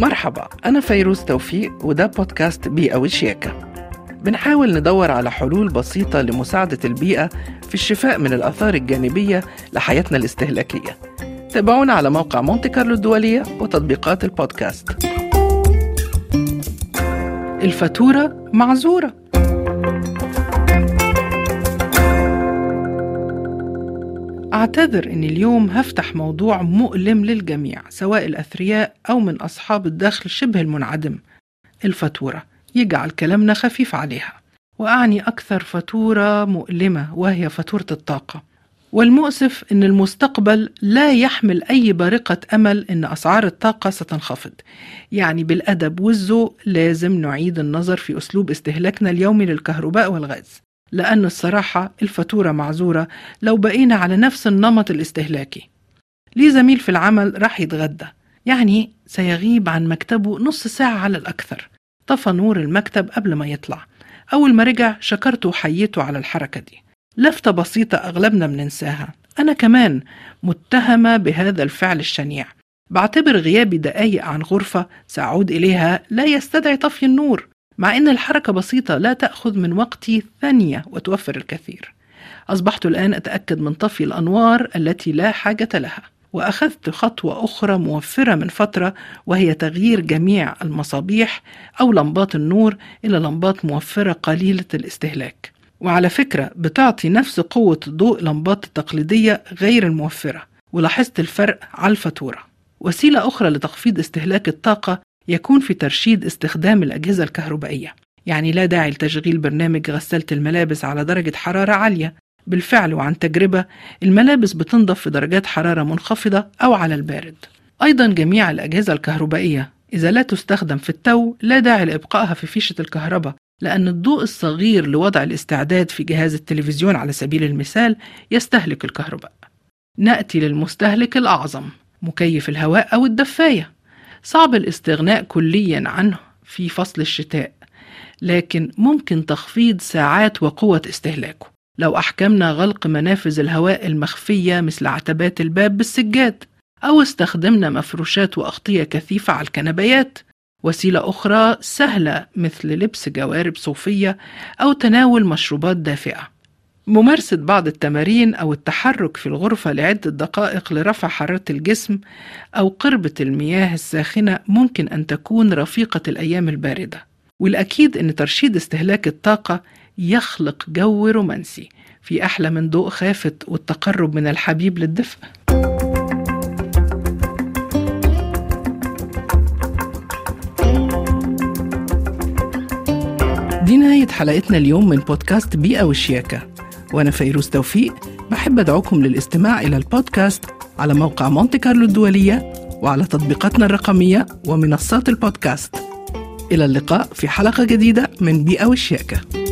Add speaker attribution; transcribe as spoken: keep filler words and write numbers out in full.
Speaker 1: مرحبا، أنا فيروز توفيق وده بودكاست بيئة وشياكة. بنحاول ندور على حلول بسيطة لمساعدة البيئة في الشفاء من الآثار الجانبية لحياتنا الاستهلاكية. تابعونا على موقع مونتي كارلو الدولية وتطبيقات البودكاست. الفاتورة معذورة. أعتذر أن اليوم هفتح موضوع مؤلم للجميع، سواء الأثرياء أو من أصحاب الدخل شبه المنعدم. الفاتورة يجعل كلامنا خفيف عليها، وأعني أكثر فاتورة مؤلمة وهي فاتورة الطاقة. والمؤسف أن المستقبل لا يحمل أي بارقة أمل أن أسعار الطاقة ستنخفض. يعني بالأدب والذوق لازم نعيد النظر في أسلوب استهلاكنا اليومي للكهرباء والغاز، لأن الصراحة الفاتورة معذورة لو بقينا على نفس النمط الاستهلاكي. لي زميل في العمل راح يتغدى، يعني سيغيب عن مكتبه نص ساعة على الأكثر. طفى نور المكتب قبل ما يطلع. أول ما رجع شكرته وحييته على الحركة دي، لفتة بسيطة أغلبنا بننساها. أنا كمان متهمة بهذا الفعل الشنيع. بعتبر غيابي دقايق عن غرفة سأعود إليها لا يستدعي طفي النور، مع أن الحركة بسيطة لا تأخذ من وقتي ثانية وتوفر الكثير. أصبحت الآن أتأكد من طفي الأنوار التي لا حاجة لها، وأخذت خطوة أخرى موفرة من فترة، وهي تغيير جميع المصابيح أو لمبات النور إلى لمبات موفرة قليلة الاستهلاك. وعلى فكرة بتعطي نفس قوة ضوء لمبات التقليدية غير الموفرة، ولاحظت الفرق على الفاتورة. وسيلة أخرى لتخفيض استهلاك الطاقة يكون في ترشيد استخدام الأجهزة الكهربائية. يعني لا داعي لتشغيل برنامج غسالة الملابس على درجة حرارة عالية. بالفعل وعن تجربة الملابس بتنضف في درجات حرارة منخفضة أو على البارد. أيضا جميع الأجهزة الكهربائية إذا لا تستخدم في التو لا داعي لإبقائها في فيشة الكهرباء، لأن الضوء الصغير لوضع الاستعداد في جهاز التلفزيون على سبيل المثال يستهلك الكهرباء. نأتي للمستهلك الأعظم، مكيف الهواء أو الدفاية. صعب الاستغناء كليا عنه في فصل الشتاء، لكن ممكن تخفيض ساعات وقوة استهلاكه لو أحكمنا غلق منافذ الهواء المخفية مثل عتبات الباب بالسجاد، أو استخدمنا مفروشات وأغطية كثيفة على الكنبيات. وسيلة أخرى سهلة مثل لبس جوارب صوفية أو تناول مشروبات دافئة. ممارسة بعض التمارين أو التحرك في الغرفة لعدة دقائق لرفع حرارة الجسم، أو قربة المياه الساخنة ممكن أن تكون رفيقة الأيام الباردة. والأكيد أن ترشيد استهلاك الطاقة يخلق جو رومانسي، في أحلى من ضوء خافت والتقرب من الحبيب للدفء. دي نهاية حلقتنا اليوم من بودكاست بيئة وشياكة، وأنا فيروز توفيق. بحب أدعوكم للاستماع إلى البودكاست على موقع مونتي كارلو الدولية وعلى تطبيقاتنا الرقمية ومنصات البودكاست. إلى اللقاء في حلقة جديدة من بيئة وشياكة.